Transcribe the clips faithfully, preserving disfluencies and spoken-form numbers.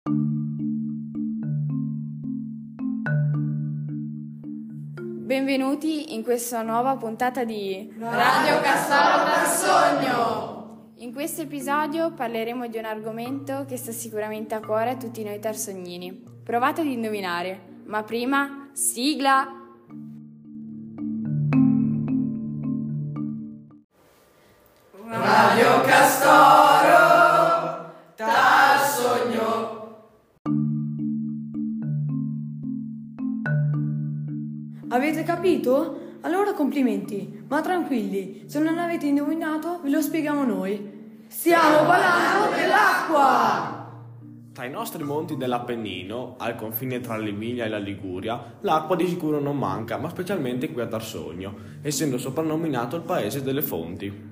Benvenuti in questa nuova puntata di Radio Castello dal Sogno! In questo episodio parleremo di un argomento che sta sicuramente a cuore a tutti noi tarsognini. Provate ad indovinare, ma prima, sigla! Radio Castoro dal Sogno. Avete capito? Allora complimenti, ma tranquilli, se non avete indovinato ve lo spieghiamo noi. Stiamo parlando dell'acqua! Tra i nostri monti dell'Appennino, al confine tra l'Emilia e la Liguria, l'acqua di sicuro non manca, ma specialmente qui a Tarsogno, essendo soprannominato il paese delle fonti.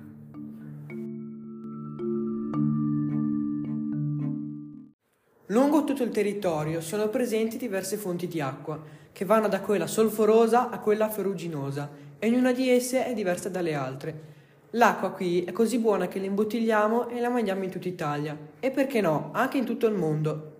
Lungo tutto il territorio sono presenti diverse fonti di acqua, che vanno da quella solforosa a quella ferruginosa, e ognuna di esse è diversa dalle altre. L'acqua qui è così buona che la imbottigliamo e la mandiamo in tutta Italia, e perché no, anche in tutto il mondo.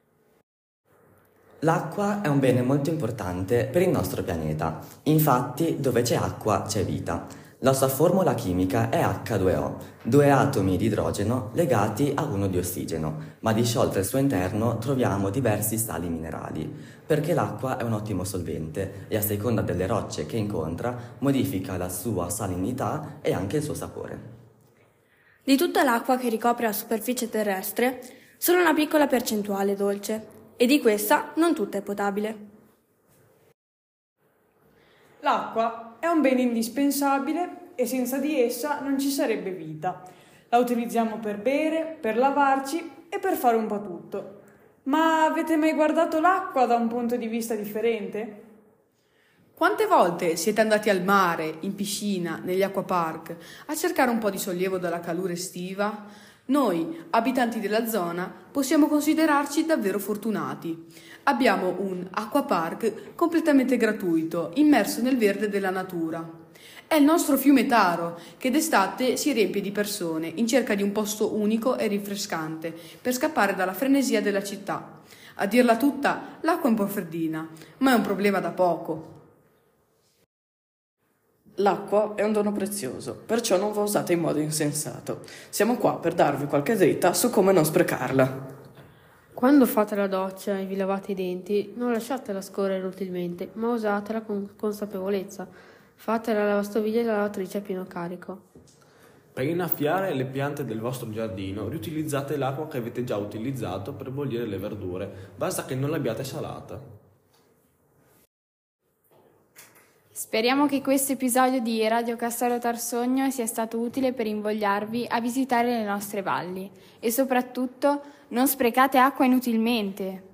L'acqua è un bene molto importante per il nostro pianeta, infatti dove c'è acqua c'è vita. La sua formula chimica è acca due o, due atomi di idrogeno legati a uno di ossigeno, ma disciolti al suo interno troviamo diversi sali minerali, perché l'acqua è un ottimo solvente e a seconda delle rocce che incontra modifica la sua salinità e anche il suo sapore. Di tutta l'acqua che ricopre la superficie terrestre, solo una piccola percentuale è dolce, e di questa non tutta è potabile. L'acqua è un bene indispensabile e senza di essa non ci sarebbe vita. La utilizziamo per bere, per lavarci e per fare un po' tutto. Ma avete mai guardato l'acqua da un punto di vista differente? Quante volte siete andati al mare, in piscina, negli acquapark, a cercare un po' di sollievo dalla calura estiva? Noi, abitanti della zona, possiamo considerarci davvero fortunati. Abbiamo un acquapark completamente gratuito, immerso nel verde della natura. È il nostro fiume Taro, che d'estate si riempie di persone in cerca di un posto unico e rinfrescante per scappare dalla frenesia della città. A dirla tutta, l'acqua è un po' freddina, ma è un problema da poco. L'acqua è un dono prezioso, perciò non va usata in modo insensato. Siamo qua per darvi qualche dritta su come non sprecarla. Quando fate la doccia e vi lavate i denti, non lasciatela scorrere inutilmente, ma usatela con consapevolezza. Fate la lavastoviglie e la lavatrice a pieno carico. Per innaffiare le piante del vostro giardino, riutilizzate l'acqua che avete già utilizzato per bollire le verdure, basta che non l'abbiate salata. Speriamo che questo episodio di Radio Castello Tarsogno sia stato utile per invogliarvi a visitare le nostre valli e soprattutto non sprecate acqua inutilmente.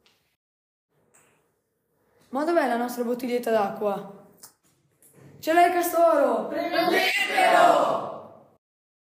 Ma dov'è la nostra bottiglietta d'acqua? Ce l'hai, Castoro? Prendetelo!